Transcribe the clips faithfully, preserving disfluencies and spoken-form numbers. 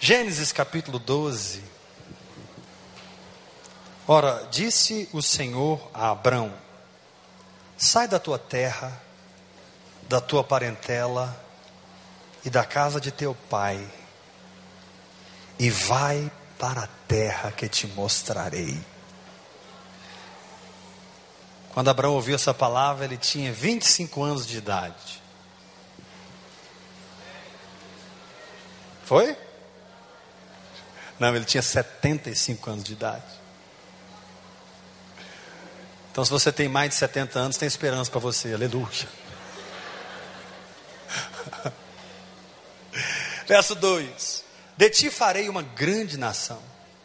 Gênesis capítulo doze. Ora, disse o Senhor a Abrão: sai da tua terra, da tua parentela e da casa de teu pai, e vai para a terra que te mostrarei. Quando Abrão ouviu essa palavra, ele tinha vinte e cinco anos de idade. Foi? Não, ele tinha setenta e cinco anos de idade. Então, se você tem mais de setenta anos, tem esperança para você, aleluia. Verso dois: de ti farei uma grande nação,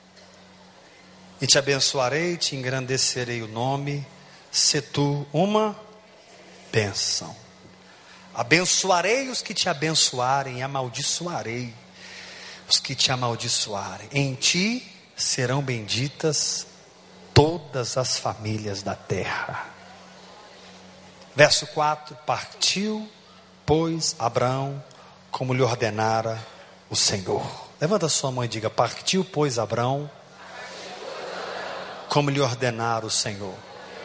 e te abençoarei, te engrandecerei o nome, se tu uma bênção. Abençoarei os que te abençoarem, e amaldiçoarei os que te amaldiçoarem. Em ti serão benditas todas as famílias da terra. Verso quatro: partiu, pois, Abrão, como lhe ordenara o Senhor. Levanta a sua mão e diga: partiu, pois, Abrão, como lhe ordenara o Senhor.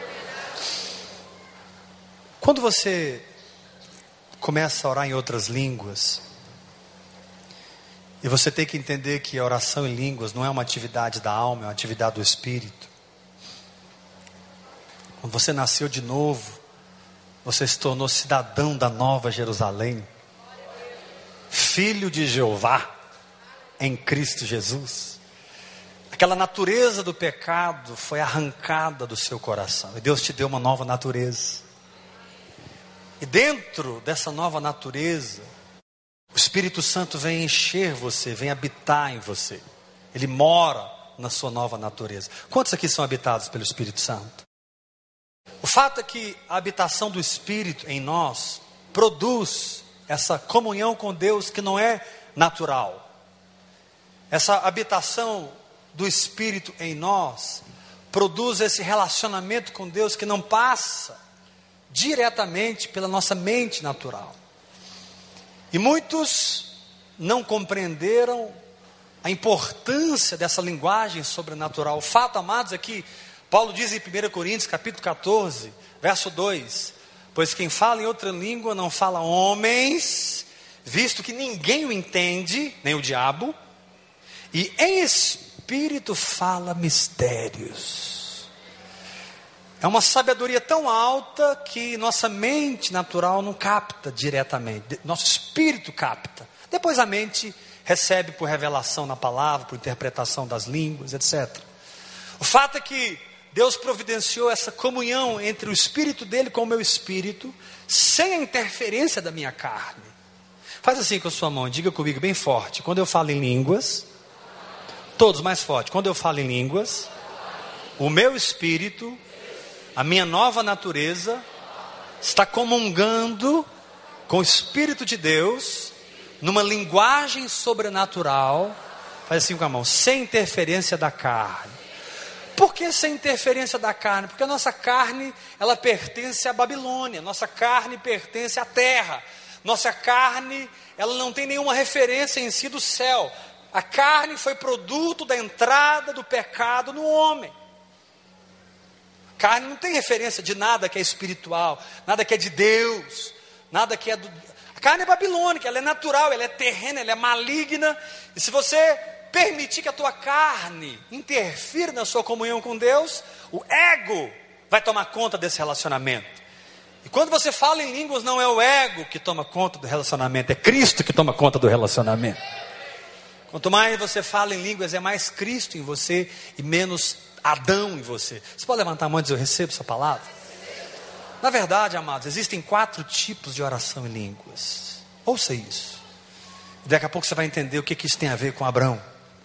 Quando você começa a orar em outras línguas, e você tem que entender que a oração em línguas não é uma atividade da alma, é uma atividade do Espírito. Quando você nasceu de novo, você se tornou cidadão da Nova Jerusalém, filho de Jeová em Cristo Jesus. Aquela natureza do pecado foi arrancada do seu coração, e Deus te deu uma nova natureza. E dentro dessa nova natureza, o Espírito Santo vem encher você, vem habitar em você. Ele mora na sua nova natureza. Quantos aqui são habitados pelo Espírito Santo? O fato é que a habitação do Espírito em nós produz essa comunhão com Deus que não é natural. Essa habitação do Espírito em nós produz esse relacionamento com Deus que não passa diretamente pela nossa mente natural. E muitos não compreenderam a importância dessa linguagem sobrenatural. O fato, amados, é que Paulo diz em primeira Coríntios capítulo catorze, verso dois: pois quem fala em outra língua não fala homens, visto que ninguém o entende, nem o diabo, e em espírito fala mistérios. É uma sabedoria tão alta que nossa mente natural não capta diretamente, nosso espírito capta. Depois a mente recebe por revelação na palavra, por interpretação das línguas, etcétera. O fato é que Deus providenciou essa comunhão entre o espírito dele com o meu espírito, sem a interferência da minha carne. Faz assim com a sua mão, diga comigo bem forte: quando eu falo em línguas, todos mais forte, quando eu falo em línguas, o meu espírito, a minha nova natureza, está comungando com o Espírito de Deus, numa linguagem sobrenatural. Faz assim com a mão: sem interferência da carne. Por que sem interferência da carne? Porque a nossa carne, ela pertence à Babilônia, nossa carne pertence à terra, nossa carne, ela não tem nenhuma referência em si do céu. A carne foi produto da entrada do pecado no homem. Carne não tem referência de nada que é espiritual, nada que é de Deus, nada que é do... A carne é babilônica, ela é natural, ela é terrena, ela é maligna. E se você permitir que a tua carne interfira na sua comunhão com Deus, o ego vai tomar conta desse relacionamento. E quando você fala em línguas, não é o ego que toma conta do relacionamento, é Cristo que toma conta do relacionamento. Quanto mais você fala em línguas, é mais Cristo em você e menos Adão em você. Você pode levantar a mão e dizer: eu recebo essa palavra? Na verdade, amados, existem quatro tipos de oração em línguas. Ouça isso. Daqui a pouco você vai entender o que, que isso tem a ver com Abrão.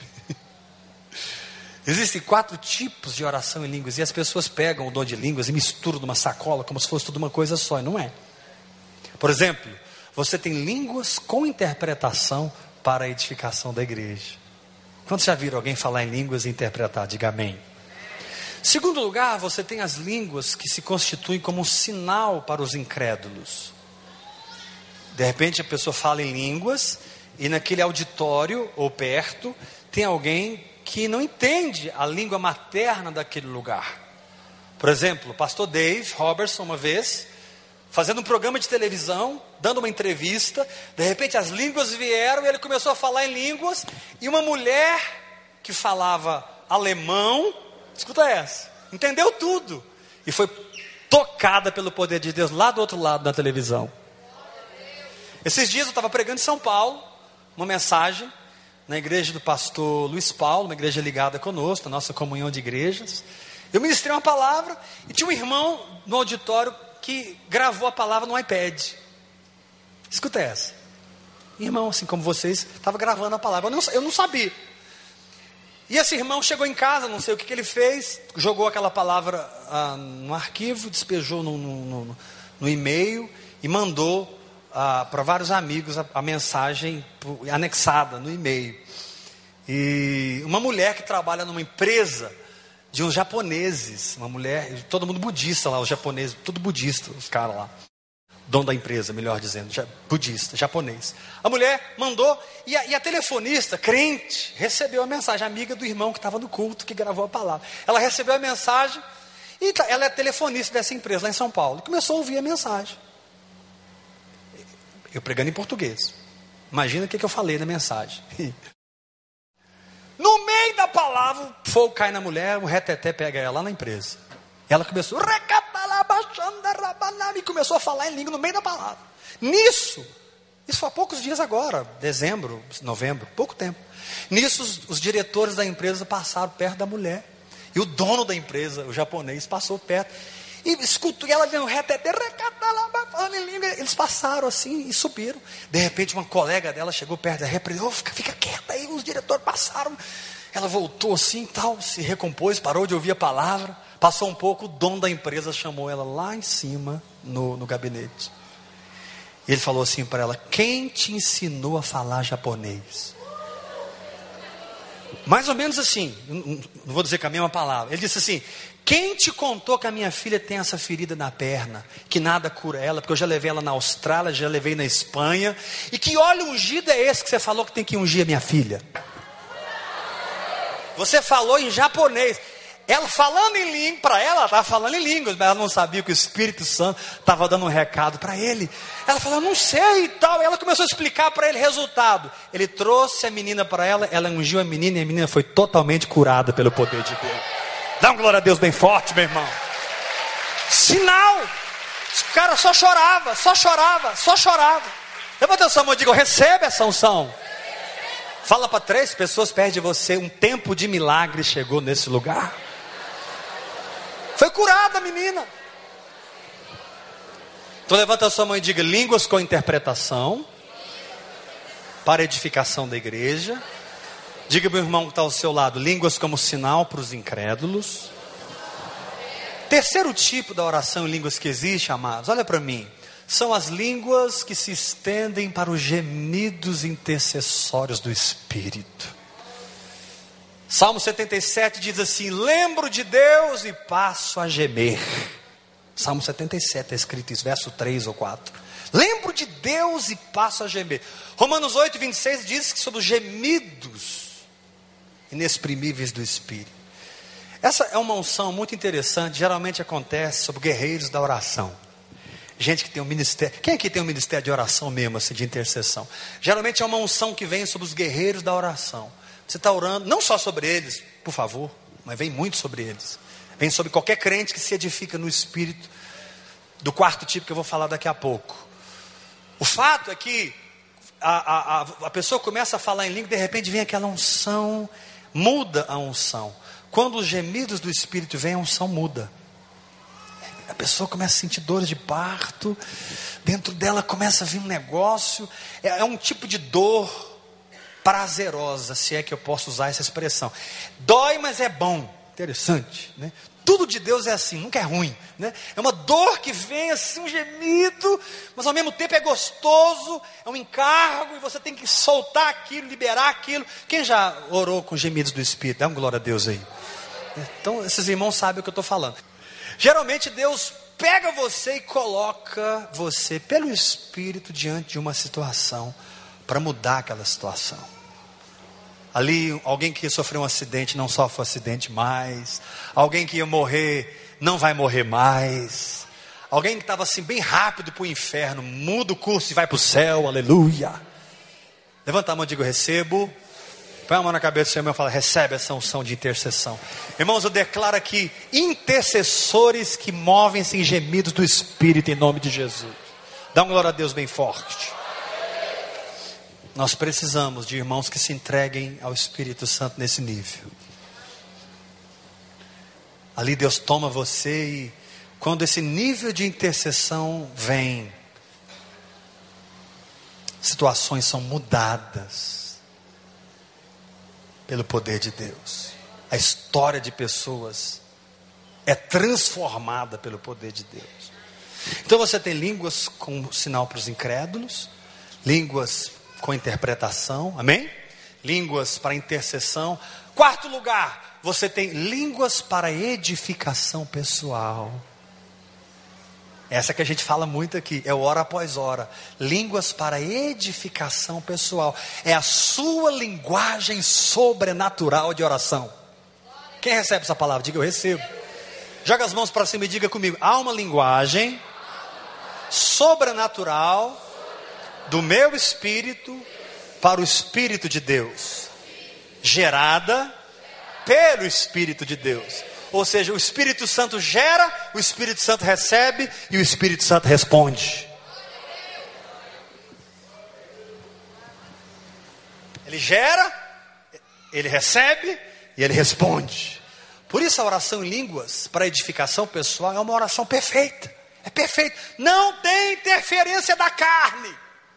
Existem quatro tipos de oração em línguas, e as pessoas pegam o dom de línguas e misturam numa sacola como se fosse tudo uma coisa só, e não é. Por exemplo, você tem línguas com interpretação para a edificação da igreja. Quando já viram alguém falar em línguas e interpretar? Diga amém. Segundo lugar, você tem as línguas que se constituem como um sinal para os incrédulos. De repente a pessoa fala em línguas e naquele auditório ou perto tem alguém que não entende a língua materna daquele lugar. Por exemplo, o pastor Dave Robertson, uma vez, fazendo um programa de televisão, dando uma entrevista, de repente as línguas vieram e ele começou a falar em línguas, e uma mulher que falava alemão, escuta essa, entendeu tudo, e foi tocada pelo poder de Deus lá do outro lado da televisão. Esses dias eu estava pregando em São Paulo, uma mensagem, na igreja do pastor Luiz Paulo, uma igreja ligada conosco, na nossa comunhão de igrejas. Eu ministrei uma palavra e tinha um irmão no auditório que gravou a palavra no iPad. Escuta essa. Irmão, assim como vocês, estava gravando a palavra. Eu não, eu não sabia. E esse irmão chegou em casa, não sei o que, que ele fez, jogou aquela palavra ah, no arquivo, despejou no, no, no, no e-mail e mandou ah, para vários amigos a, a mensagem anexada no e-mail. E uma mulher que trabalha numa empresa de uns japoneses, uma mulher, todo mundo budista lá, os japoneses, tudo budista, os caras lá. Dono da empresa, melhor dizendo, budista, japonês. A mulher mandou, e a, e a telefonista, crente, recebeu a mensagem, amiga do irmão que estava no culto, que gravou a palavra. Ela recebeu a mensagem, e tá, ela é telefonista dessa empresa lá em São Paulo, e começou a ouvir a mensagem. Eu pregando em português. Imagina o que, que eu falei na mensagem. No meio da palavra, o fogo cai na mulher, o reteté pega ela lá na empresa. Ela começou, e começou a falar em língua no meio da palavra. Nisso, isso foi há poucos dias agora, dezembro, novembro, pouco tempo. Nisso, os, os diretores da empresa passaram perto da mulher. E o dono da empresa, o japonês, passou perto. E escutou ela dizendo, falando em língua. Eles passaram assim e subiram. De repente, uma colega dela chegou perto da repreendeu, oh, fica, fica quieta aí, os diretores passaram. Ela voltou assim, tal, se recompôs, parou de ouvir a palavra. Passou um pouco, o dono da empresa chamou ela lá em cima, no, no gabinete. E ele falou assim para ela, quem te ensinou a falar japonês? Mais ou menos assim, não vou dizer com a mesma palavra. Ele disse assim, quem te contou que a minha filha tem essa ferida na perna, que nada cura ela, porque eu já levei ela na Austrália, já levei na Espanha, e que óleo ungido é esse que você falou que tem que ungir a minha filha? Você falou em japonês. Ela falando em língua, para ela, ela estava falando em línguas, mas ela não sabia que o Espírito Santo estava dando um recado para ele. Ela falou, não sei e tal. E ela começou a explicar para ele o resultado. Ele trouxe a menina para ela, ela ungiu a menina e a menina foi totalmente curada pelo poder de Deus. Dá uma glória a Deus bem forte, meu irmão. Sinal. O cara só chorava, só chorava, só chorava. Levanta a sua mão e diga, recebe essa unção. Fala para três pessoas perto de você, um tempo de milagre chegou nesse lugar. Foi curada a menina. Então levanta a sua mão e diga, línguas com interpretação, para edificação da igreja. Diga meu irmão que está ao seu lado, línguas como sinal para os incrédulos. Terceiro tipo da oração em línguas que existe, amados, olha para mim. São as línguas que se estendem para os gemidos intercessórios do Espírito. Salmo setenta e sete diz assim, lembro de Deus e passo a gemer. Salmo setenta e sete, está escrito isso, verso três ou quatro. Lembro de Deus e passo a gemer. Romanos oito, vinte e seis diz que sobre os gemidos inexprimíveis do Espírito. Essa é uma unção muito interessante, geralmente acontece sobre guerreiros da oração. Gente que tem um ministério, quem aqui tem um ministério de oração mesmo, assim, de intercessão? Geralmente é uma unção que vem sobre os guerreiros da oração. Você está orando, não só sobre eles, por favor, mas vem muito sobre eles. Vem sobre qualquer crente que se edifica no Espírito, do quarto tipo que eu vou falar daqui a pouco. O fato é que a, a, a pessoa começa a falar em língua, de repente vem aquela unção, muda a unção. Quando os gemidos do Espírito vêm, a unção muda. A pessoa começa a sentir dores de parto, dentro dela começa a vir um negócio, é, é um tipo de dor prazerosa, se é que eu posso usar essa expressão. Dói, mas é bom. Interessante, né? Tudo de Deus é assim, nunca é ruim, né? É uma dor que vem assim, um gemido, mas ao mesmo tempo é gostoso, é um encargo, e você tem que soltar aquilo, liberar aquilo. Quem já orou com gemidos do Espírito? Dá uma glória a Deus aí. Então, esses irmãos sabem o que eu estou falando. Geralmente Deus pega você e coloca você pelo Espírito diante de uma situação para mudar aquela situação. Ali, alguém que ia sofrer um acidente não sofre um acidente mais. Alguém que ia morrer não vai morrer mais. Alguém que estava assim bem rápido para o inferno, muda o curso e vai para o céu, aleluia. Levanta a mão e diga: eu recebo. Põe a mão na cabeça do seu irmão e fala: recebe essa unção de intercessão. Irmãos, eu declaro aqui intercessores que movem-se em gemidos do Espírito em nome de Jesus. Dá uma glória a Deus bem forte. Nós precisamos de irmãos que se entreguem ao Espírito Santo nesse nível. Ali Deus toma você e quando esse nível de intercessão vem, situações são mudadas pelo poder de Deus. A história de pessoas é transformada pelo poder de Deus. Então você tem línguas com sinal para os incrédulos, línguas com interpretação, amém? Línguas para intercessão. Quarto lugar, você tem línguas para edificação pessoal. Essa que a gente fala muito aqui, é hora após hora. Línguas para edificação pessoal. É a sua linguagem sobrenatural de oração. Quem recebe essa palavra? Diga: eu recebo. Joga as mãos para cima e diga comigo: há uma linguagem sobrenatural do meu espírito para o Espírito de Deus, gerada pelo Espírito de Deus. Ou seja, o Espírito Santo gera, o Espírito Santo recebe e o Espírito Santo responde. Ele gera, ele recebe e ele responde. Por isso a oração em línguas para edificação pessoal é uma oração perfeita. É perfeita. Não tem interferência da carne.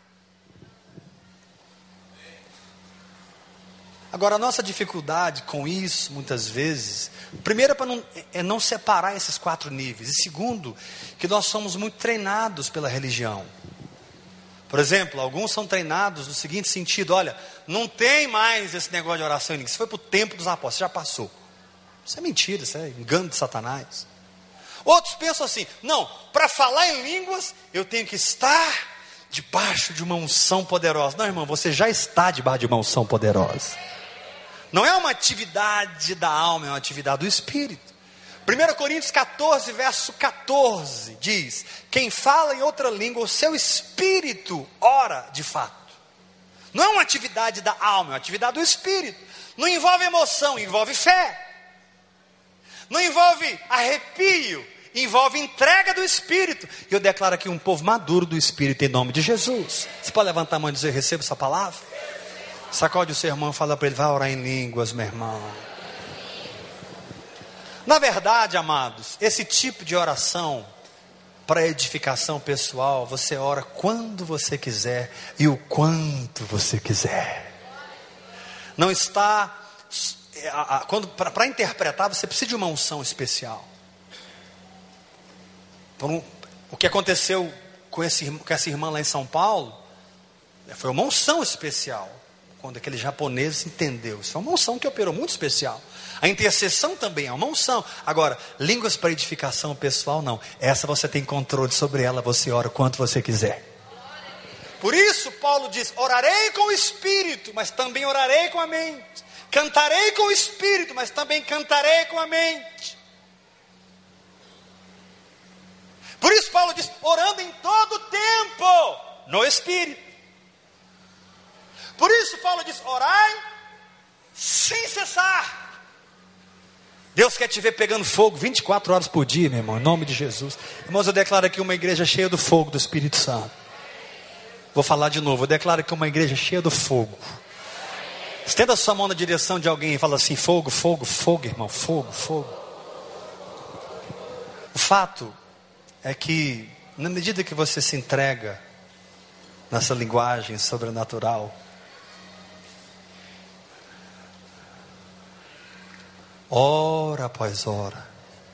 Agora, a nossa dificuldade com isso, muitas vezes, primeiro é, para não, é não separar esses quatro níveis. E segundo, que nós somos muito treinados pela religião. Por exemplo, alguns são treinados no seguinte sentido: olha, não tem mais esse negócio de oração em línguas. Isso foi para o tempo dos apóstolos, já passou. Isso é mentira, isso é engano de Satanás. Outros pensam assim: não, para falar em línguas, eu tenho que estar debaixo de uma unção poderosa. Não, irmão, você já está debaixo de uma unção poderosa. Não é uma atividade da alma, é uma atividade do Espírito. primeira Coríntios catorze, verso catorze, diz: quem fala em outra língua, o seu espírito ora de fato. Não é uma atividade da alma, é uma atividade do Espírito. Não envolve emoção, envolve fé. Não envolve arrepio, envolve entrega do Espírito. E eu declaro aqui um povo maduro do Espírito em nome de Jesus. Você pode levantar a mão e dizer: receba essa palavra? Sacode o seu irmão e fala para ele: vai orar em línguas, meu irmão. Na verdade, amados, esse tipo de oração para edificação pessoal, você ora quando você quiser e o quanto você quiser. Não está... Para interpretar, você precisa de uma unção especial. Então, o que aconteceu com, esse, com essa irmã lá em São Paulo foi uma unção especial. Quando aquele japonês entendeu, isso é uma unção que operou muito especial. A intercessão também é uma unção. Agora, línguas para edificação pessoal, não. Essa você tem controle sobre ela, você ora quanto você quiser. Por isso Paulo diz: orarei com o Espírito, mas também orarei com a mente. Cantarei com o Espírito, mas também cantarei com a mente. Por isso Paulo diz: orando em todo tempo no Espírito. Por isso Paulo diz: orai sem cessar. Deus quer te ver pegando fogo vinte e quatro horas por dia, meu irmão, em nome de Jesus. Irmãos, eu declaro aqui uma igreja cheia do fogo do Espírito Santo. Vou falar de novo, eu declaro aqui uma igreja cheia do fogo. Estenda a sua mão na direção de alguém e fala assim: fogo, fogo, fogo, irmão, fogo, fogo. O fato é que, na medida que você se entrega nessa linguagem sobrenatural, hora após hora,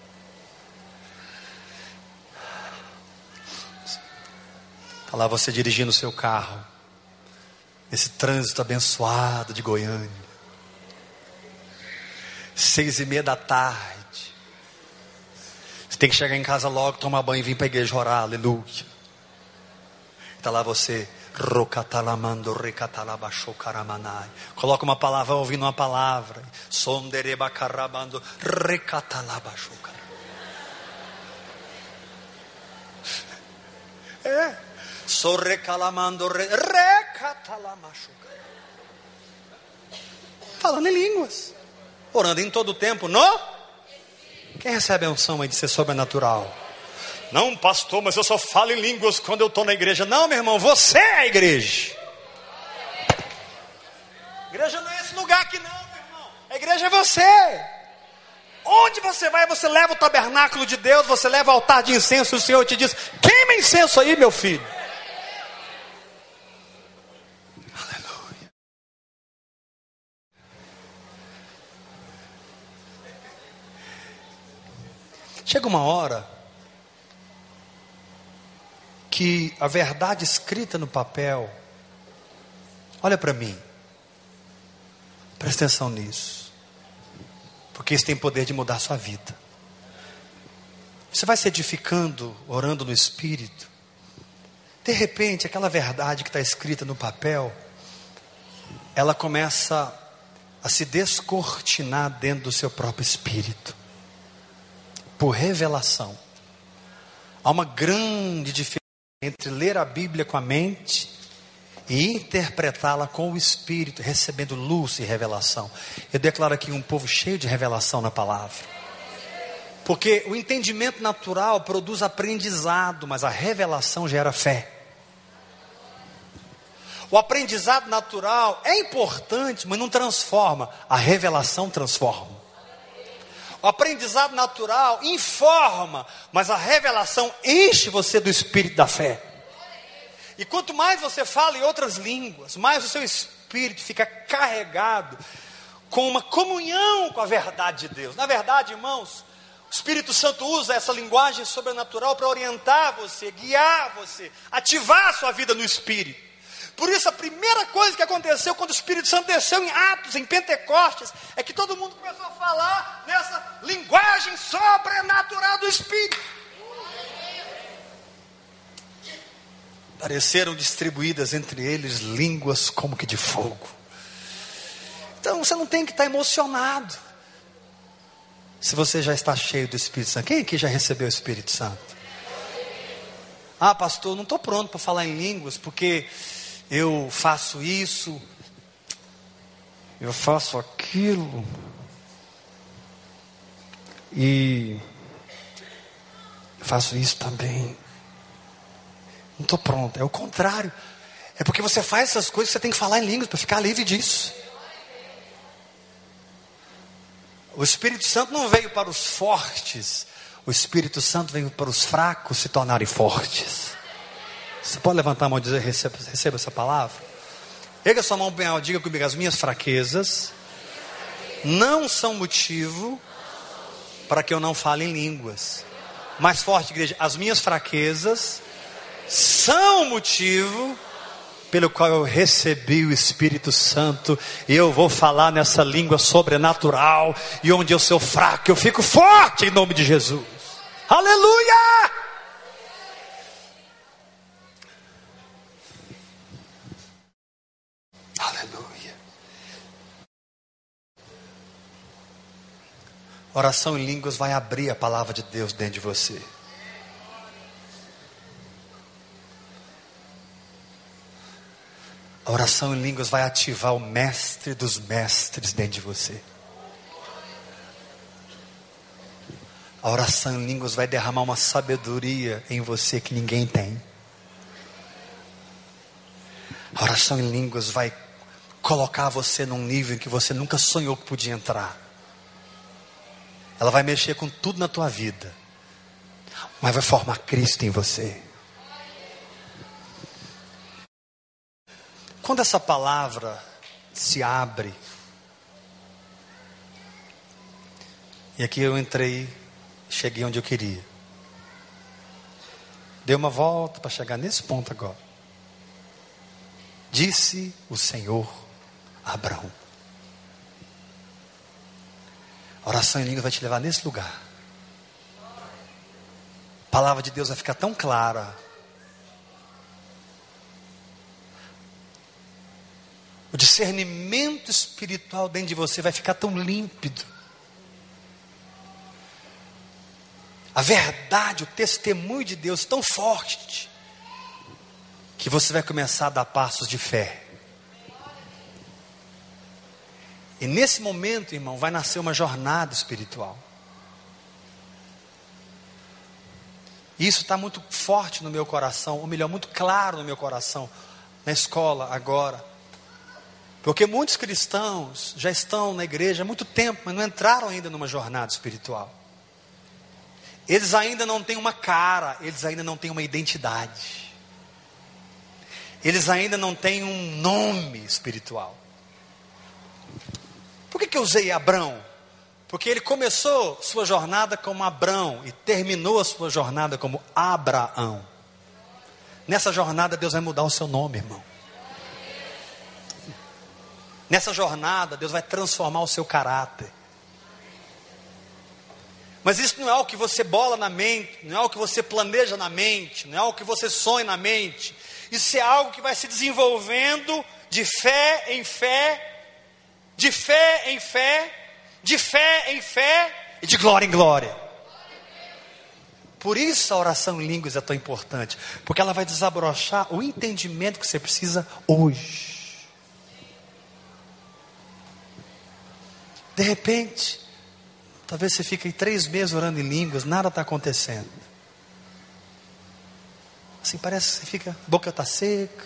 está lá você dirigindo o seu carro, esse trânsito abençoado de Goiânia, seis e meia da tarde, você tem que chegar em casa logo, tomar banho e vir para a igreja orar, aleluia. Está lá você Rokatalamando recatalabasho caramanai. Coloca uma palavra, ouvindo uma palavra. Sondereba carabando recatalabasho caramanai. É. Sorrecalamando recatalamasho caramanai. Falando em línguas. Orando em todo o tempo, não? Quem recebe a unção aí de ser sobrenatural? Não, pastor, mas eu só falo em línguas quando eu estou na igreja. Não, meu irmão, você é a igreja. Igreja não é esse lugar aqui não, meu irmão. A igreja é você. Onde você vai, você leva o tabernáculo de Deus, você leva o altar de incenso, o Senhor te diz, queima incenso aí, meu filho. Aleluia. Chega uma hora que a verdade escrita no papel, olha para mim, presta atenção nisso, porque isso tem poder de mudar a sua vida. Você vai se edificando, orando no Espírito, de repente aquela verdade que está escrita no papel, ela começa a se descortinar dentro do seu próprio espírito, por revelação. Há uma grande diferença entre ler a Bíblia com a mente e interpretá-la com o Espírito, recebendo luz e revelação. Eu declaro aqui um povo cheio de revelação na palavra. Porque o entendimento natural produz aprendizado, mas a revelação gera fé. O aprendizado natural é importante, mas não transforma. A revelação transforma. O aprendizado natural informa, mas a revelação enche você do espírito da fé. E quanto mais você fala em outras línguas, mais o seu espírito fica carregado com uma comunhão com a verdade de Deus. Na verdade, irmãos, o Espírito Santo usa essa linguagem sobrenatural para orientar você, guiar você, ativar a sua vida no Espírito. Por isso a primeira coisa que aconteceu quando o Espírito Santo desceu em Atos, em Pentecostes, é que todo mundo começou a falar nessa linguagem sobrenatural do Espírito. Apareceram distribuídas entre eles línguas como que de fogo. Então você não tem que estar emocionado se você já está cheio do Espírito Santo. Quem aqui já recebeu o Espírito Santo? Ah, pastor, não estou pronto para falar em línguas, porque eu faço isso, eu faço aquilo, e eu faço isso também. Não estou pronto. É o contrário. É porque você faz essas coisas que você tem que falar em línguas para ficar livre disso. O Espírito Santo não veio para os fortes. O Espírito Santo veio para os fracos se tornarem fortes. Você pode levantar a mão e dizer, receba, receba essa palavra? Erga sua mão bem alta, diga comigo, as minhas fraquezas não são motivo para que eu não fale em línguas. Mais forte, igreja, as minhas fraquezas são motivo pelo qual eu recebi o Espírito Santo, e eu vou falar nessa língua sobrenatural, e onde eu sou fraco, eu fico forte em nome de Jesus. Aleluia! Aleluia. Oração em línguas vai abrir a palavra de Deus dentro de você. A oração em línguas vai ativar o mestre dos mestres dentro de você. A oração em línguas vai derramar uma sabedoria em você que ninguém tem. A oração em línguas vai colocar você num nível em que você nunca sonhou que podia entrar. Ela vai mexer com tudo na tua vida, mas vai formar Cristo em você. Quando essa palavra se abre, e aqui eu entrei, cheguei onde eu queria. Dei uma volta para chegar nesse ponto agora. Disse o Senhor a Abraão. A oração em língua vai te levar nesse lugar. A palavra de Deus vai ficar tão clara. O discernimento espiritual dentro de você vai ficar tão límpido. A verdade, o testemunho de Deus tão forte, que você vai começar a dar passos de fé. E nesse momento, irmão, vai nascer uma jornada espiritual. Isso está muito forte no meu coração, ou melhor, muito claro no meu coração, na escola agora. Porque muitos cristãos já estão na igreja há muito tempo, mas não entraram ainda numa jornada espiritual. Eles ainda não têm uma cara, eles ainda não têm uma identidade. Eles ainda não têm um nome espiritual. Por que que eu usei Abrão? Porque ele começou sua jornada como Abrão e terminou a sua jornada como Abraão. Nessa jornada Deus vai mudar o seu nome, irmão. Nessa jornada Deus vai transformar o seu caráter. Mas isso não é algo que você bola na mente, não é algo que você planeja na mente, não é algo que você sonha na mente. Isso é algo que vai se desenvolvendo de fé em fé, de fé em fé, de fé em fé e de glória em glória. Por isso a oração em línguas é tão importante, porque ela vai desabrochar o entendimento que você precisa hoje. De repente, talvez você fique aí três meses orando em línguas, nada está acontecendo. Assim parece que você fica, a boca está seca,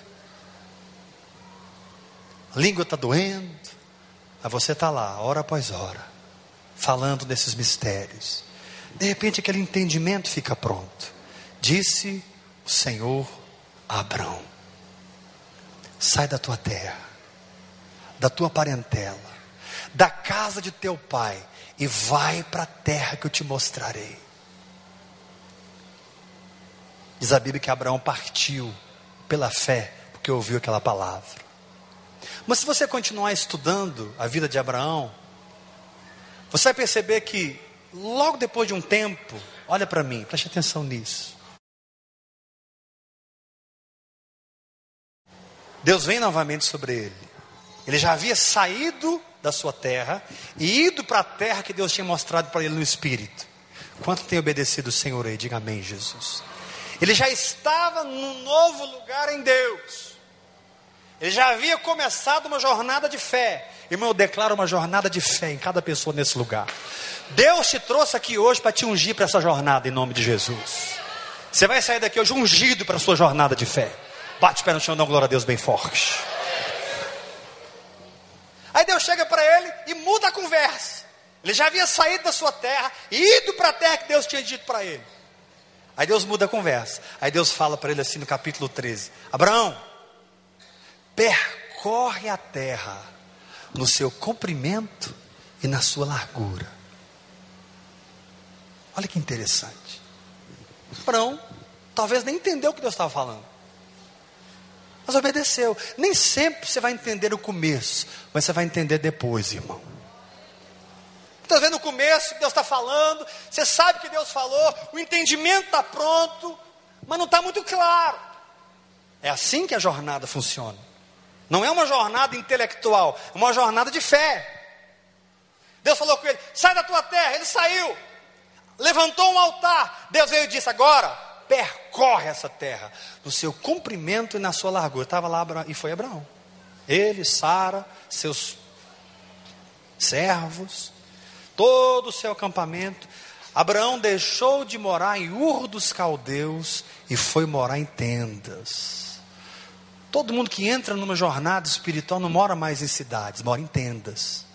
a língua está doendo, mas você está lá, hora após hora, falando desses mistérios. De repente aquele entendimento fica pronto. Disse o Senhor a Abrão: sai da tua terra, da tua parentela, da casa de teu pai, e vai para a terra que eu te mostrarei. Diz a Bíblia que Abraão partiu pela fé, porque ouviu aquela palavra. Mas se você continuar estudando a vida de Abraão, você vai perceber que logo depois de um tempo, olha para mim, preste atenção nisso. Deus vem novamente sobre ele. Ele já havia saído da sua terra e ido para a terra que Deus tinha mostrado para ele no Espírito. Quanto tem obedecido o Senhor aí? Diga amém, Jesus. Ele já estava num novo lugar em Deus. Ele já havia começado uma jornada de fé. Irmão, eu declaro uma jornada de fé em cada pessoa nesse lugar. Deus te trouxe aqui hoje para te ungir para essa jornada em nome de Jesus. Você vai sair daqui hoje ungido para a sua jornada de fé. Bate o pé no chão e dá uma glória a Deus bem forte. Aí Deus chega para ele e muda a conversa. Ele já havia saído da sua terra e ido para a terra que Deus tinha dito para ele. Aí Deus muda a conversa. Aí Deus fala para ele assim no capítulo treze: Abraão, percorre a terra no seu comprimento e na sua largura. Olha que interessante. Abraão talvez nem entendeu o que Deus estava falando, mas obedeceu. Nem sempre você vai entender no começo, mas você vai entender depois, irmão. Muitas vezes no começo Deus está falando, você sabe que Deus falou, o entendimento está pronto, mas não está muito claro. É assim que a jornada funciona. Não é uma jornada intelectual, é uma jornada de fé. Deus falou com ele: sai da tua terra. Ele saiu, levantou um altar. Deus veio e disse: agora percorre essa terra no seu comprimento e na sua largura. Estava lá e foi Abraão, ele, Sara, seus servos, todo o seu acampamento. Abraão deixou de morar em Ur dos Caldeus e foi morar em tendas. Todo mundo que entra numa jornada espiritual não mora mais em cidades, mora em tendas.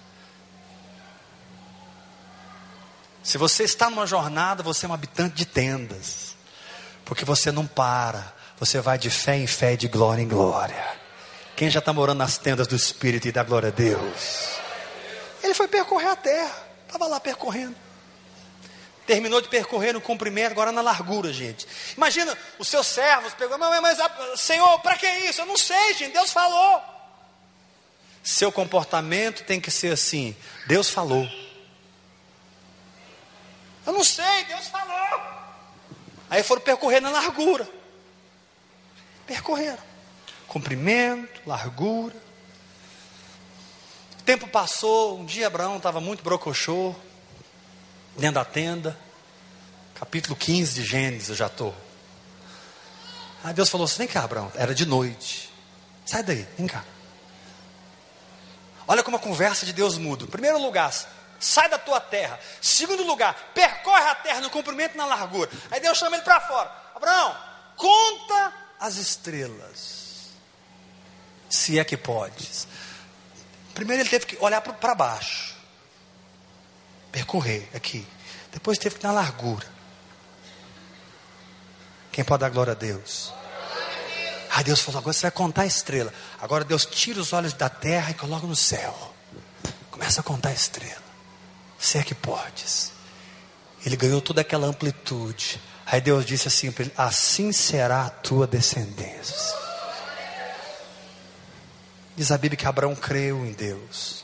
Se você está numa jornada, você é um habitante de tendas, porque você não para, você vai de fé em fé e de glória em glória. Quem já está morando nas tendas do Espírito e da glória a Deus? Ele foi percorrer a terra, estava lá percorrendo. Terminou de percorrer no comprimento, agora na largura, gente. Imagina, os seus servos pegou: mas, mas Senhor, para que isso? Eu não sei, gente, Deus falou. Seu comportamento tem que ser assim: Deus falou. Eu não sei, Deus falou. Aí foram percorrer na largura. Percorreram comprimento, largura. O tempo passou, um dia Abraão estava muito brocochô, dentro da tenda, capítulo quinze de Gênesis, eu já estou. Aí Deus falou assim: vem cá, Abraão, era de noite, sai daí, vem cá. Olha como a conversa de Deus muda. Em primeiro lugar, sai da tua terra. Segundo lugar, percorre a terra no comprimento e na largura. Aí Deus chama ele para fora: Abraão, conta as estrelas, se é que podes. Primeiro ele teve que olhar para baixo, percorrer aqui. Depois teve que ir na largura. Quem pode dar glória a Deus? Aí Deus falou: agora você vai contar a estrela. Agora Deus tira os olhos da terra e coloca no céu. Começa a contar a estrela, se é que podes. Ele ganhou toda aquela amplitude. Aí Deus disse assim para ele: assim será a tua descendência. Diz a Bíblia que Abraão creu em Deus.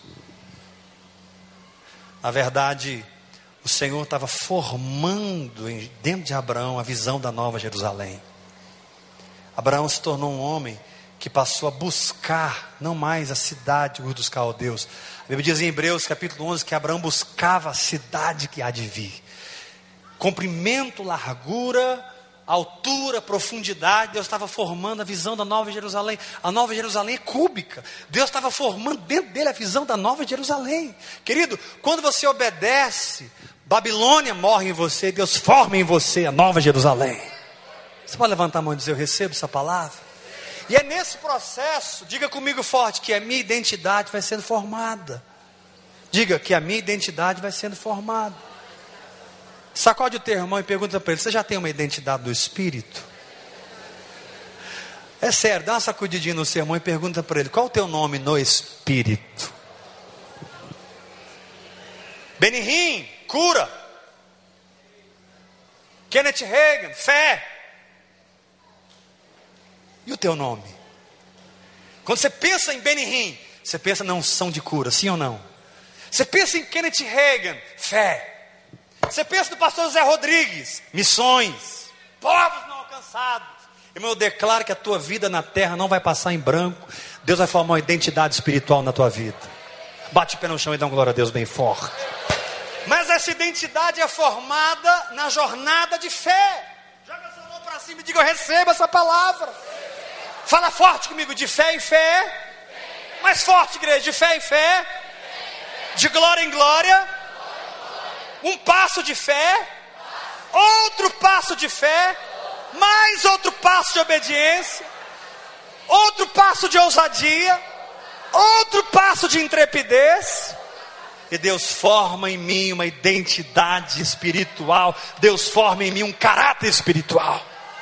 Na verdade, o Senhor estava formando dentro de Abraão a visão da Nova Jerusalém. Abraão se tornou um homem que passou a buscar não mais a cidade dos caldeus. A Bíblia diz em Hebreus capítulo onze que Abraão buscava a cidade que há de vir. Comprimento, largura, altura, profundidade. Deus estava formando a visão da Nova Jerusalém. A Nova Jerusalém é cúbica. Deus estava formando dentro dele a visão da Nova Jerusalém. Querido, quando você obedece, Babilônia morre em você, Deus forma em você a Nova Jerusalém. Você pode levantar a mão e dizer: eu recebo essa palavra? E é nesse processo, diga comigo forte, que a minha identidade vai sendo formada. Diga que a minha identidade vai sendo formada. Sacode o teu irmão e pergunta para ele: você já tem uma identidade do Espírito? É sério, dá uma sacudidinha no seu irmão e pergunta para ele: qual o teu nome no Espírito? Benihim, cura. Kenneth Hagin, fé. E o teu nome? Quando você pensa em Benihim, você pensa na unção de cura, sim ou não? Você pensa em Kenneth Hagin, fé. Você pensa no pastor José Rodrigues, missões, povos não alcançados. Irmão, eu declaro que a tua vida na terra não vai passar em branco. Deus vai formar uma identidade espiritual na tua vida. Bate o pé no chão e dá uma glória a Deus bem forte. Mas essa identidade é formada na jornada de fé. Joga sua mão para cima e diga: eu recebo essa palavra. Fala forte comigo: de fé em fé. Mais forte, igreja: de fé em fé. De glória em glória. Um passo de fé, outro passo de fé, mais outro passo de obediência, outro passo de ousadia, outro passo de intrepidez. E Deus forma em mim uma identidade espiritual. Deus forma em mim um caráter espiritual.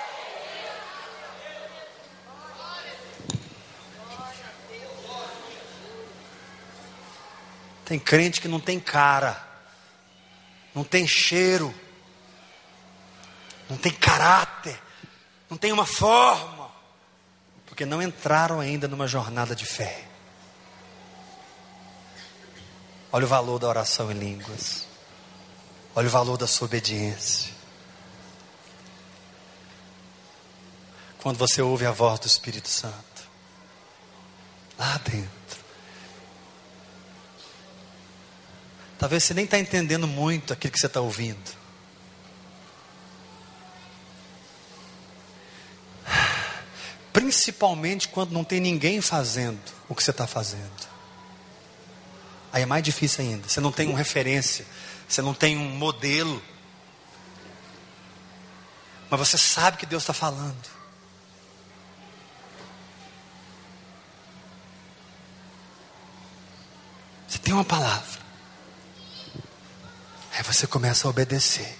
Tem crente que não tem cara, não tem cheiro, não tem caráter, não tem uma forma, porque não entraram ainda numa jornada de fé. Olha o valor da oração em línguas, olha o valor da sua obediência. Quando você ouve a voz do Espírito Santo, lá dentro. Talvez você nem está entendendo muito aquilo que você está ouvindo. Principalmente quando não tem ninguém fazendo o que você está fazendo. Aí é mais difícil ainda. Você não tem uma referência, você não tem um modelo. Mas você sabe que Deus está falando. Você tem uma palavra. Aí você começa a obedecer.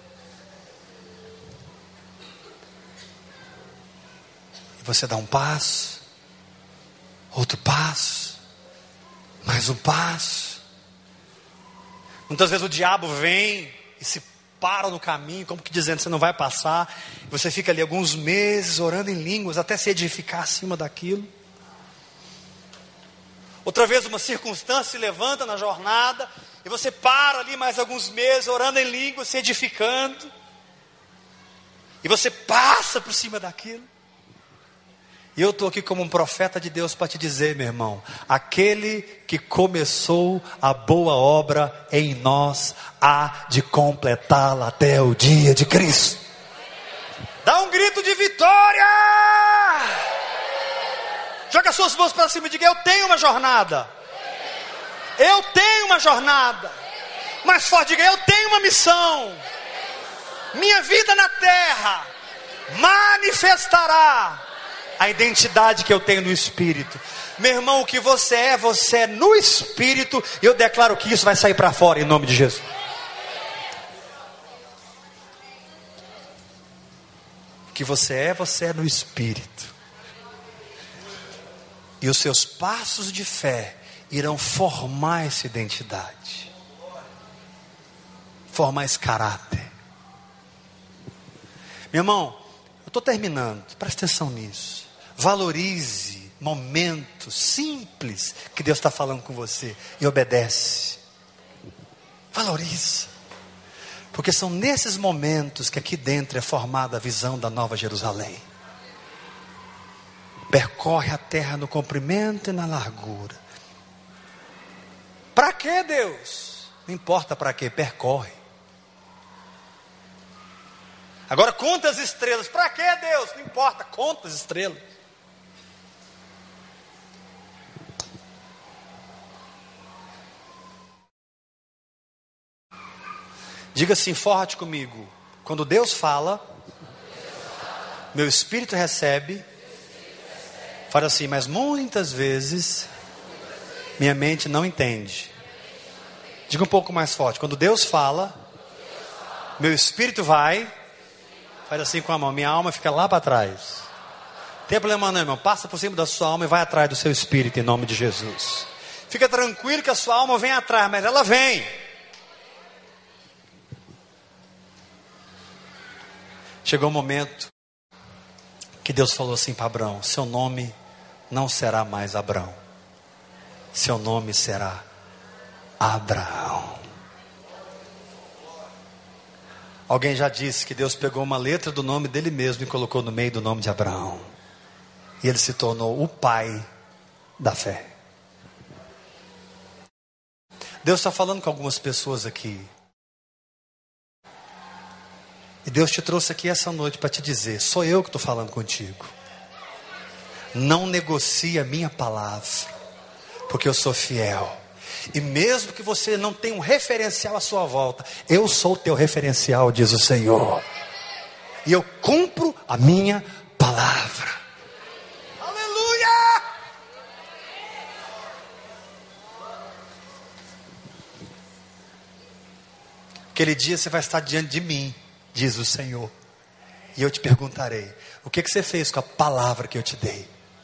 E você dá um passo, outro passo, mais um passo. Muitas vezes o diabo vem e se para no caminho, como que dizendo: você não vai passar. Você fica ali alguns meses orando em línguas até se edificar acima daquilo. Outra vez uma circunstância se levanta na jornada e você para ali mais alguns meses orando em línguas, se edificando. E você passa por cima daquilo. E eu estou aqui como um profeta de Deus para te dizer, meu irmão, aquele que começou a boa obra em nós, há de completá-la até o dia de Cristo. Dá um grito de vitória! Joga suas mãos para cima e diga: eu tenho uma jornada. Eu tenho uma jornada. Mais forte, diga: eu tenho uma missão. Minha vida na terra manifestará a identidade que eu tenho no Espírito. Meu irmão, o que você é, você é no Espírito. E eu declaro que isso vai sair para fora em nome de Jesus. O que você é, você é no Espírito. E os seus passos de fé irão formar essa identidade, formar esse caráter. Meu irmão, eu estou terminando, presta atenção nisso. Valorize momentos simples que Deus está falando com você e obedece. Valorize, porque são nesses momentos que aqui dentro é formada a visão da Nova Jerusalém. Percorre a terra no comprimento e na largura. Para que, Deus? Não importa para que, percorre. Agora conta as estrelas. Para que, Deus? Não importa, conta as estrelas. Diga assim forte comigo: quando Deus fala, meu espírito recebe. Fala assim: mas muitas vezes minha mente não entende. Diga um pouco mais forte: quando Deus fala, meu espírito vai. Faz assim com a mão, minha alma fica lá para trás. Não tem problema não, irmão. Passa por cima da sua alma e vai atrás do seu espírito em nome de Jesus. Fica tranquilo que a sua alma vem atrás, mas ela vem. Chegou o momento que Deus falou assim para Abraão: seu nome não será mais Abraão, seu nome será Abraão. Alguém já disse que Deus pegou uma letra do nome dele mesmo e colocou no meio do nome de Abraão, e ele se tornou o pai da fé. Deus está falando com algumas pessoas aqui, e Deus te trouxe aqui essa noite para te dizer: sou eu que estou falando contigo. Não negocie a minha palavra, porque eu sou fiel. E mesmo que você não tenha um referencial à sua volta, eu sou o teu referencial, diz o Senhor. E eu cumpro a minha palavra. Aleluia! Aquele dia você vai estar diante de mim, diz o Senhor, e eu te perguntarei: o que, que você fez com a palavra que eu te dei?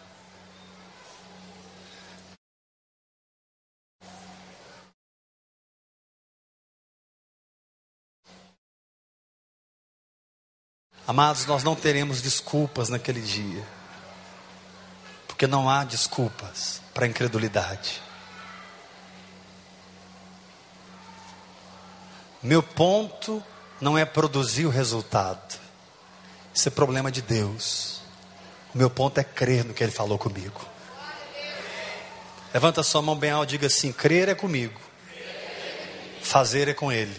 Amados, nós não teremos desculpas naquele dia, porque não há desculpas para a incredulidade. Meu ponto não é produzir o resultado, isso é problema de Deus. O meu ponto é crer no que Ele falou comigo. Levanta sua mão bem alto e diga assim: crer é comigo, fazer é com Ele.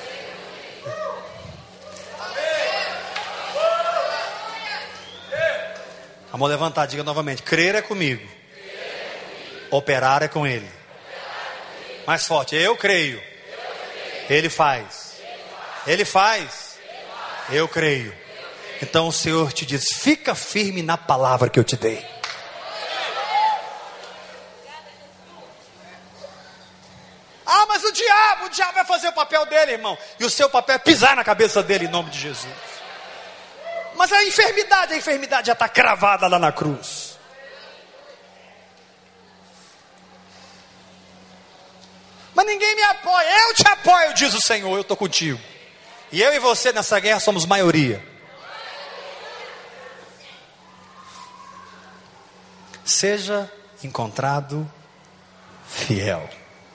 A mão levantada, diga novamente: crer é comigo, operar é com Ele. Mais forte: eu creio, Ele faz. Ele faz, eu creio. Então o Senhor te diz: fica firme na palavra que eu te dei. Ah, mas o diabo, o diabo vai fazer o papel dele, irmão. E o seu papel é pisar na cabeça dele em nome de Jesus. Mas a enfermidade, a enfermidade já está cravada lá na cruz. Mas ninguém me apoia. Eu te apoio, diz o Senhor, eu estou contigo. E eu e você nessa guerra somos maioria. Seja encontrado fiel.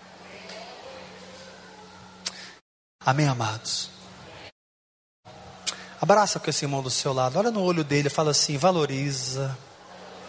Amém, amados? Abraça com esse irmão do seu lado, olha no olho dele e fala assim: valoriza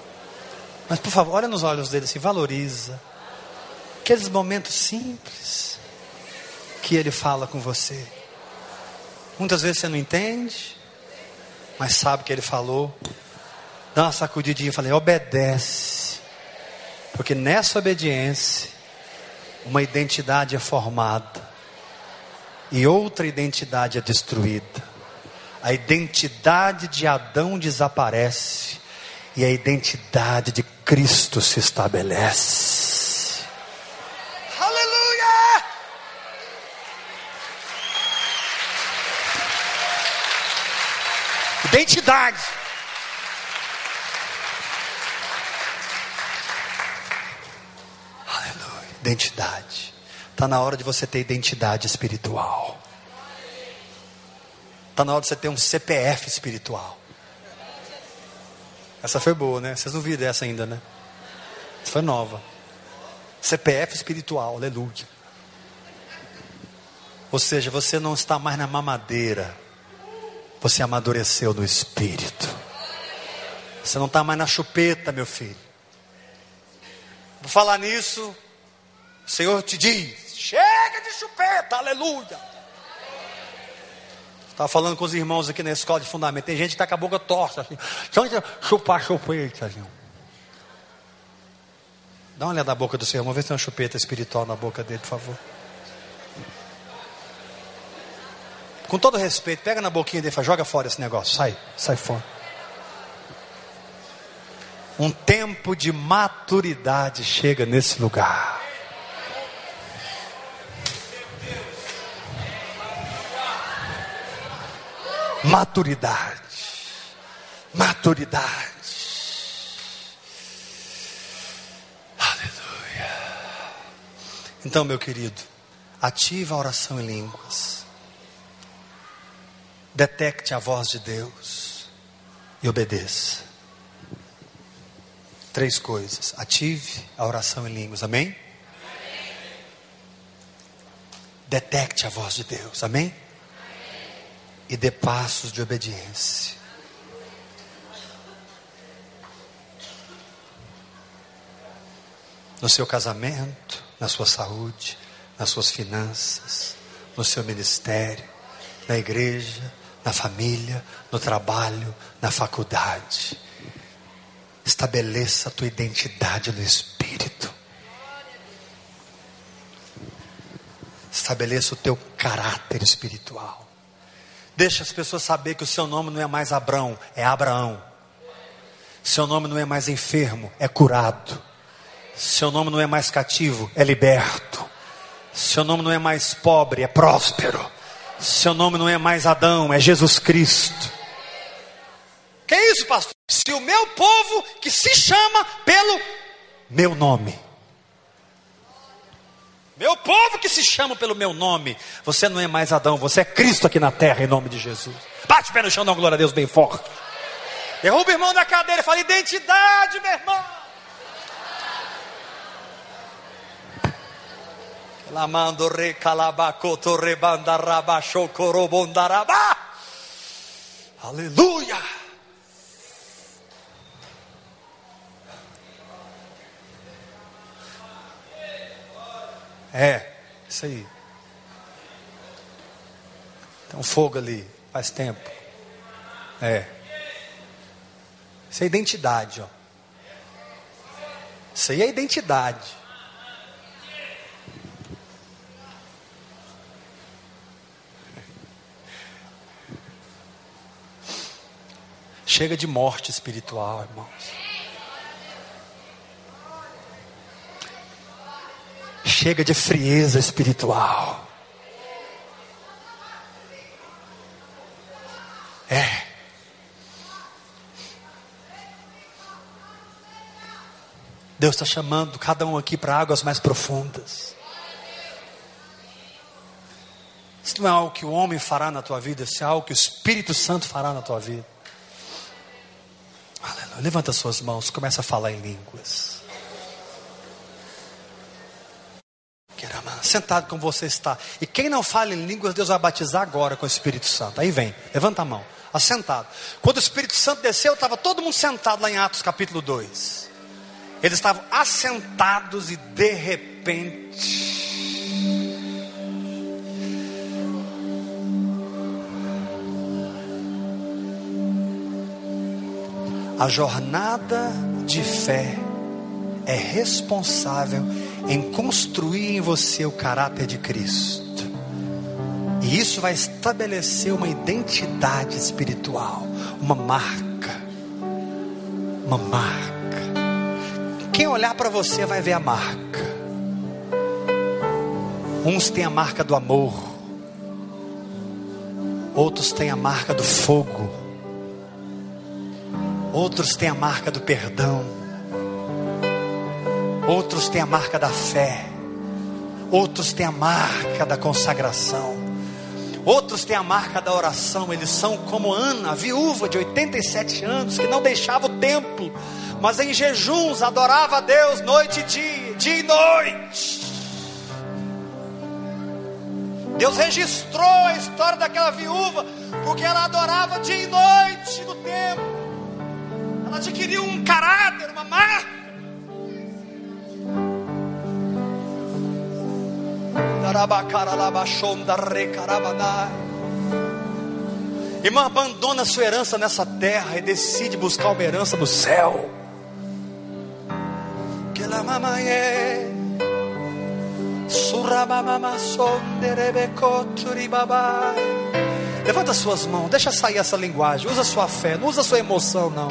Mas por favor, olha nos olhos dele assim, valoriza aqueles momentos simples que ele fala com você. Muitas vezes você não entende, mas sabe que ele falou. Dá uma sacudidinha e fala, obedece. Porque nessa obediência, uma identidade é formada e outra identidade é destruída. A identidade de Adão desaparece e a identidade de Cristo se estabelece. Aleluia! Identidade. Aleluia. Identidade. Está na hora de você ter identidade espiritual. Está na hora de você ter um C P F espiritual. Essa foi boa, né? Vocês não viram essa ainda, né? Essa foi nova. C P F espiritual, aleluia. Ou seja, você não está mais na mamadeira. Você amadureceu no espírito. Você não está mais na chupeta, meu filho. Por falar nisso, o Senhor te diz, chega de chupeta, aleluia. Estava falando com os irmãos aqui na escola de fundamento. Tem gente que está com a boca torta assim. Só chupar chupeta assim. Dá uma olhada na boca do seu irmão. Vê se tem uma chupeta espiritual na boca dele, por favor. Com todo respeito, pega na boquinha dele e fala, joga fora esse negócio. Sai, sai fora. Um tempo de maturidade chega nesse lugar. Maturidade. Maturidade. Aleluia. Então, meu querido, ativa a oração em línguas. Detecte a voz de Deus e obedeça. Três coisas. Ative a oração em línguas. Amém? Amém. Detecte a voz de Deus. Amém? E dê passos de obediência. No seu casamento, na sua saúde, nas suas finanças, no seu ministério, na igreja, na família, no trabalho, na faculdade. Estabeleça a tua identidade no Espírito. Estabeleça o teu caráter espiritual. Deixa as pessoas saber que o seu nome não é mais Abrão, é Abraão. Seu nome não é mais enfermo, é curado. Seu nome não é mais cativo, é liberto. Seu nome não é mais pobre, é próspero. Seu nome não é mais Adão, é Jesus Cristo. Que é isso, pastor? Se o meu povo que se chama pelo meu nome. Meu povo que se chama pelo meu nome. Você não é mais Adão, você é Cristo aqui na terra, em nome de Jesus. Bate o pé no chão, dá uma glória a Deus bem forte. Derruba o irmão da cadeira e fala, identidade, meu irmão. Lamando re calabacoto rebandaraba chocorobondaraba. Aleluia. É, isso aí. Tem um fogo ali, faz tempo. É. Isso é identidade, ó. Isso aí é identidade. Chega de morte espiritual, irmãos. Chega de frieza espiritual. É. Deus está chamando cada um aqui para águas mais profundas. Isso não é algo que o homem fará na tua vida, isso é algo que o Espírito Santo fará na tua vida. Aleluia. Levanta suas mãos, começa a falar em línguas. Sentado como você está. E quem não fala em línguas, Deus vai batizar agora com o Espírito Santo. Aí vem, levanta a mão, assentado. Quando o Espírito Santo desceu, estava todo mundo sentado lá em Atos capítulo dois. Eles estavam assentados e de repente a jornada de fé é responsável em construir em você o caráter de Cristo. E isso vai estabelecer uma identidade espiritual, uma marca, uma marca. Quem olhar para você vai ver a marca. Uns têm a marca do amor, outros têm a marca do fogo, outros têm a marca do perdão, outros têm a marca da fé, outros têm a marca da consagração, outros têm a marca da oração. Eles são como Ana, a viúva de oitenta e sete anos, que não deixava o templo, mas em jejuns adorava a Deus noite e dia, dia e noite. Deus registrou a história daquela viúva, porque ela adorava dia e noite no templo. Ela adquiriu um caráter, uma marca. Irmã, abandona a sua herança nessa terra e decide buscar uma herança no céu. Levanta suas mãos, deixa sair essa linguagem. Usa sua fé, não usa sua emoção, não.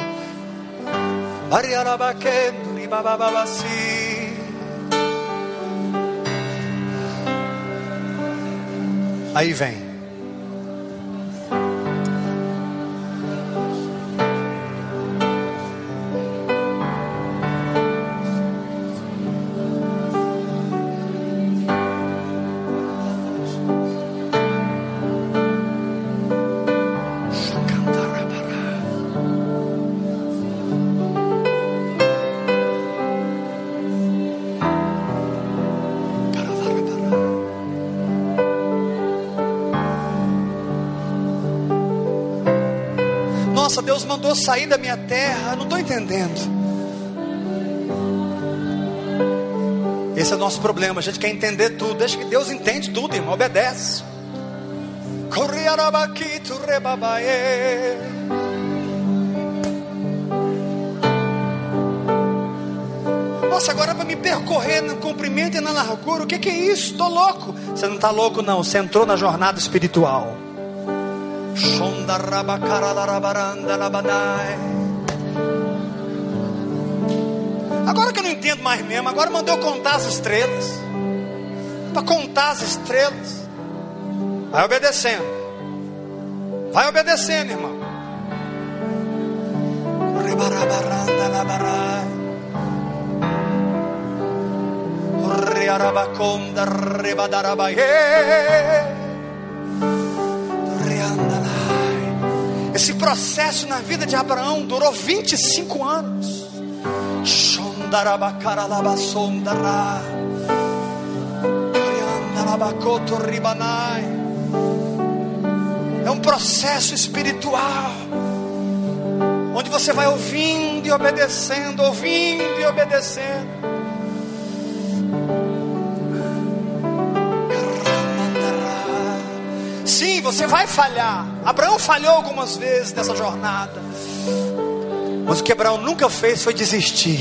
Aí vem. Nossa, Deus mandou sair da minha terra, eu não estou entendendo. Esse é o nosso problema, a gente quer entender tudo. Deixa que Deus entende tudo, irmão, obedece. Nossa, agora é para me percorrer no comprimento e na largura. O que, que é isso? Estou louco. Você não está louco, não, você entrou na jornada espiritual. Agora que eu não entendo mais mesmo, agora mandou contar as estrelas. Para contar as estrelas. Vai obedecendo. Vai obedecendo, irmão. Esse processo na vida de Abraão durou vinte e cinco anos. É um processo espiritual, onde você vai ouvindo e obedecendo, ouvindo e obedecendo. Sim, você vai falhar. Abraão falhou algumas vezes nessa jornada, mas o que Abraão nunca fez foi desistir.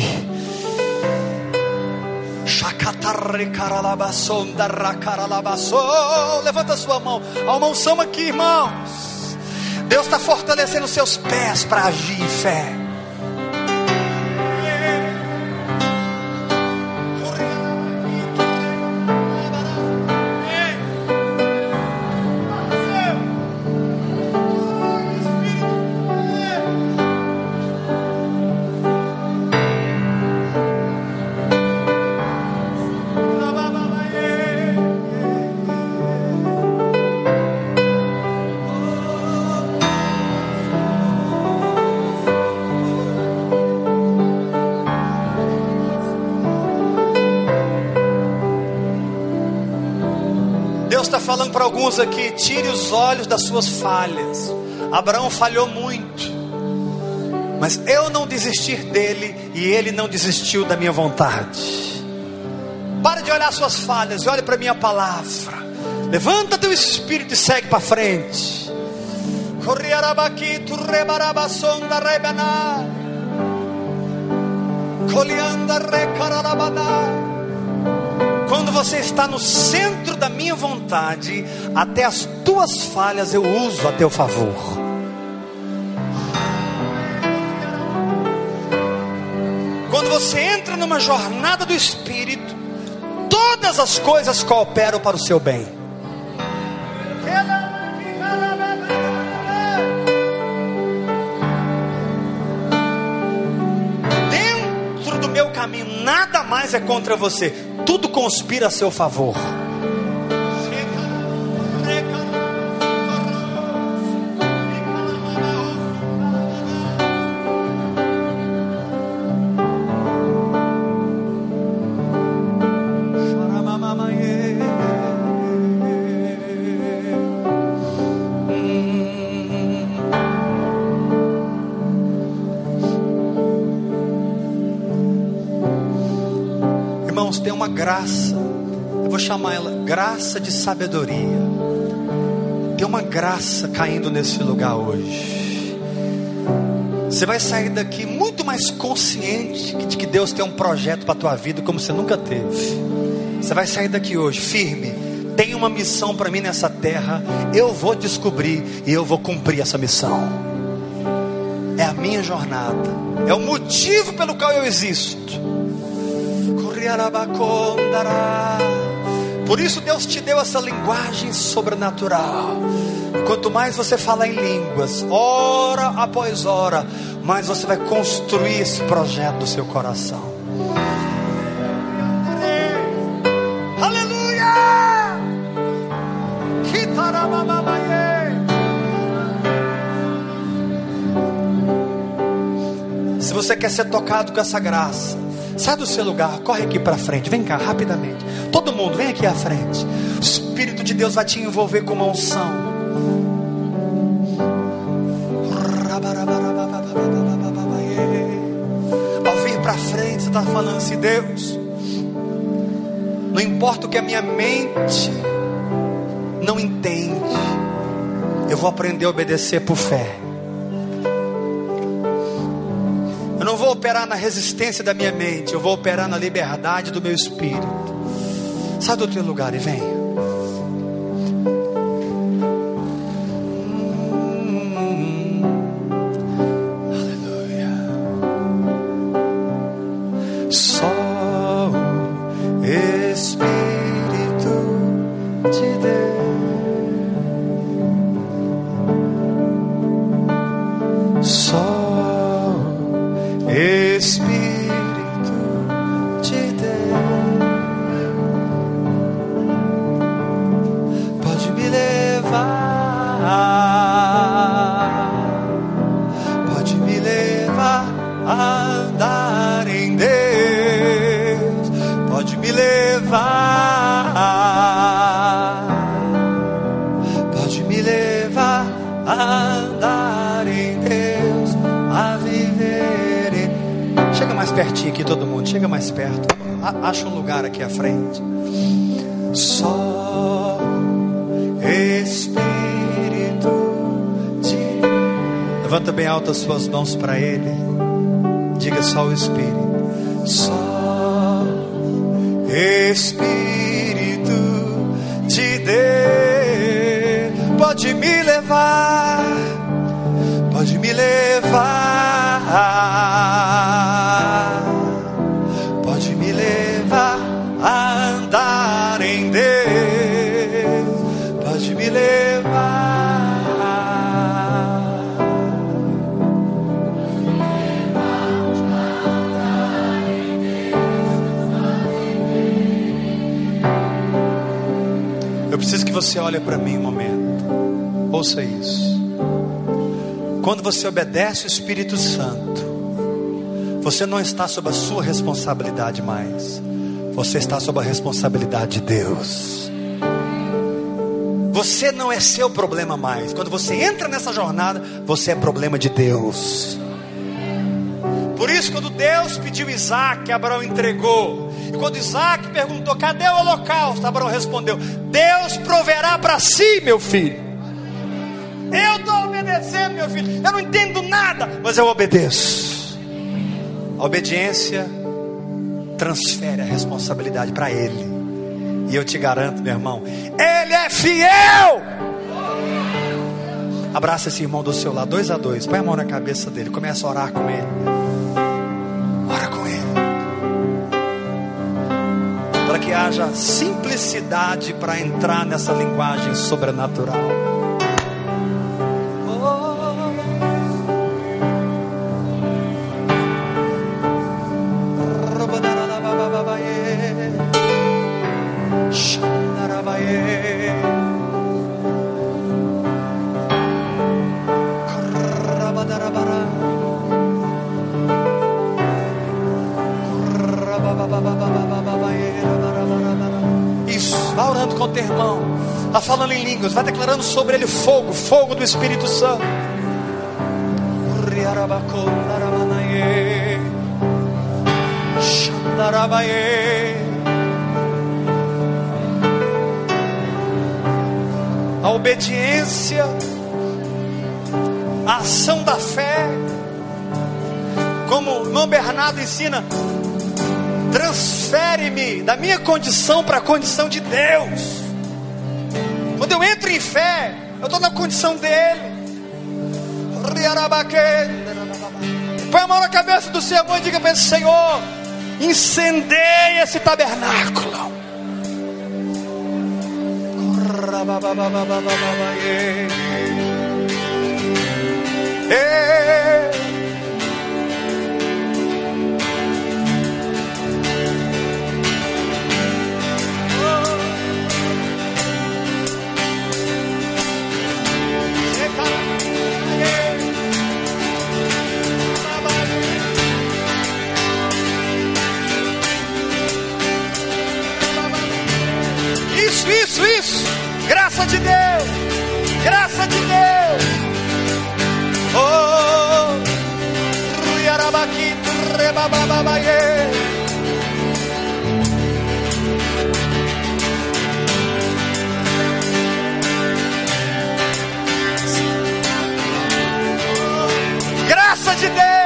Levanta sua mão. Há uma unção aqui, irmãos. Deus está fortalecendo os seus pés para agir em fé. Está falando para alguns aqui: tire os olhos das suas falhas. Abraão falhou muito, mas eu não desistir dele e ele não desistiu da minha vontade. Para de olhar suas falhas e olhe para a minha palavra. Levanta teu espírito e segue para frente. Quando você está no centro da minha vontade, até as tuas falhas eu uso a teu favor. Quando você entra numa jornada do Espírito, todas as coisas cooperam para o seu bem. Dentro do meu caminho, nada mais é contra você. Tudo conspira a seu favor. Tem uma graça, eu vou chamar ela graça de sabedoria. Tem uma graça caindo nesse lugar hoje. Você vai sair daqui muito mais consciente de que Deus tem um projeto para a tua vida como você nunca teve. Você vai sair daqui hoje firme. Tem uma missão para mim nessa terra. Eu vou descobrir e eu vou cumprir essa missão. É a minha jornada, é o motivo pelo qual eu existo. Por isso Deus te deu essa linguagem sobrenatural. Quanto mais você falar em línguas, hora após hora, mais você vai construir esse projeto do seu coração. Aleluia! Se você quer ser tocado com essa graça, sai do seu lugar, corre aqui para frente, vem cá rapidamente. Todo mundo, vem aqui à frente. O Espírito de Deus vai te envolver com uma unção. Ao vir para frente, você está falando assim: Deus, não importa o que a minha mente não entende, eu vou aprender a obedecer por fé. Eu não vou operar na resistência da minha mente, eu vou operar na liberdade do meu espírito. Sai do teu lugar e vem. Hum, aleluia. Só o Espírito de Deus. Só Espírito de Deus pode me levar, pode me levar a andar em Deus, pode me levar, pode me levar a andar em Deus, a viver. Chega mais pertinho aqui, todo mundo. Chega mais perto. Acha um lugar aqui à frente. Só Espírito de Deus. Levanta bem alto as suas mãos para Ele. Diga: só o Espírito. Só Espírito de Deus pode me levar, pode me levar, pode me levar a andar em Deus, pode me levar. Eu preciso que você olhe para mim um momento. Ouça isso. Quando você obedece o Espírito Santo, você não está sob a sua responsabilidade mais. Você está sob a responsabilidade de Deus. Você não é seu problema mais. Quando você entra nessa jornada, você é problema de Deus. Deus pediu Isaac, Abraão entregou. E quando Isaac perguntou, cadê o holocausto? Abraão respondeu, Deus proverá para si, meu filho. Eu estou obedecendo, meu filho. Eu não entendo nada, mas eu obedeço. A obediência transfere a responsabilidade para Ele. E eu te garanto, meu irmão, Ele é fiel. Abraça esse irmão do seu lado, dois a dois. Põe a mão na cabeça dele, começa a orar com ele. Ora com ele, para que haja simplicidade para entrar nessa linguagem sobrenatural. Isso, vá orando com o teu irmão, vá falando em línguas, vá declarando sobre ele fogo, fogo do Espírito Santo. A obediência, a ação da fé, como o irmão Bernardo ensina, transfere-me da minha condição para a condição de Deus. Quando eu entro em fé, eu estou na condição dele. Põe a mão na cabeça do seu irmão e diga para ele, Senhor, incendeia esse tabernáculo. Ei. Isso, isso, isso. Graça de Deus. Graça de Deus. Oh, Ruiarabaqui, Rebabababaie. Graça de Deus.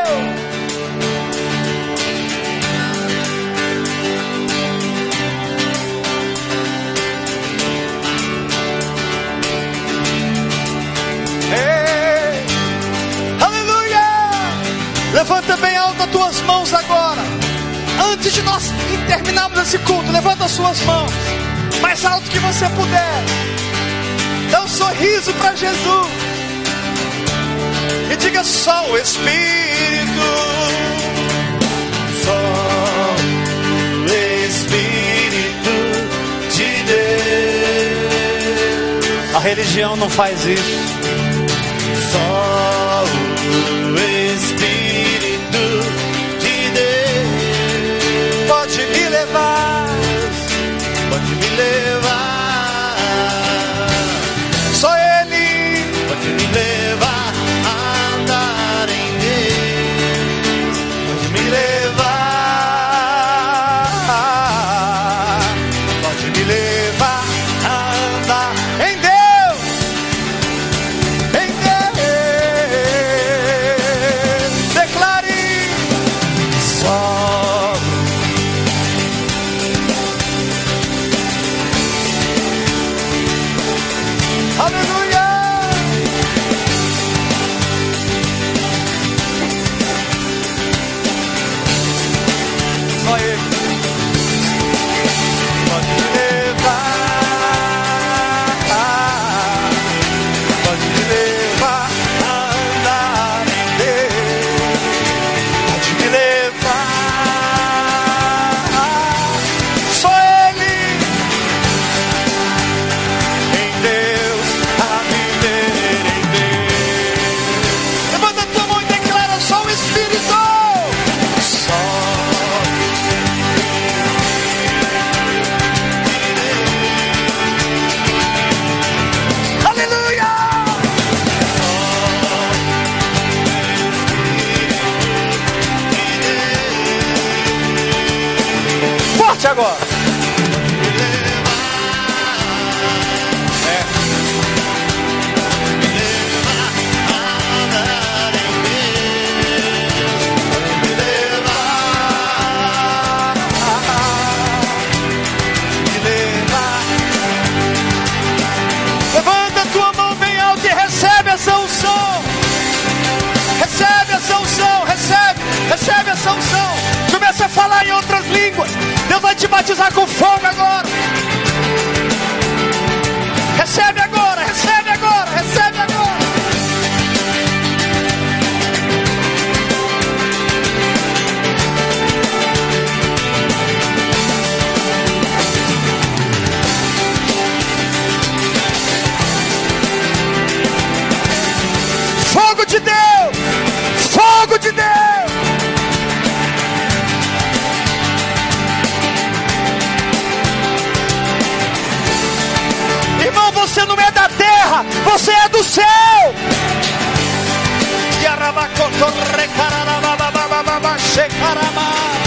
Ei, aleluia! Levanta bem alto as tuas mãos agora. Antes de nós terminarmos esse culto, levanta as suas mãos mais alto que você puder. Dá um sorriso para Jesus e diga, só o Espírito, só o Espírito de Deus. A religião não faz isso. Só o Espírito de Deus pode me levar, pode me levar. Só Ele pode me levar a andar em Deus, pode me levar, pode me levar a andar em Deus. agora. É. Levanta a tua mão bem alta e recebe essa unção. Recebe essa unção, recebe, recebe essa unção. Começa a falar em outras línguas. Deus vai te batizar com fogo agora. Recebe agora, recebe agora, recebe agora. Fogo de Deus! Fogo de Deus! Irmão, você não é da terra, você é do céu! Yarabacotore cararabababababa shekarama.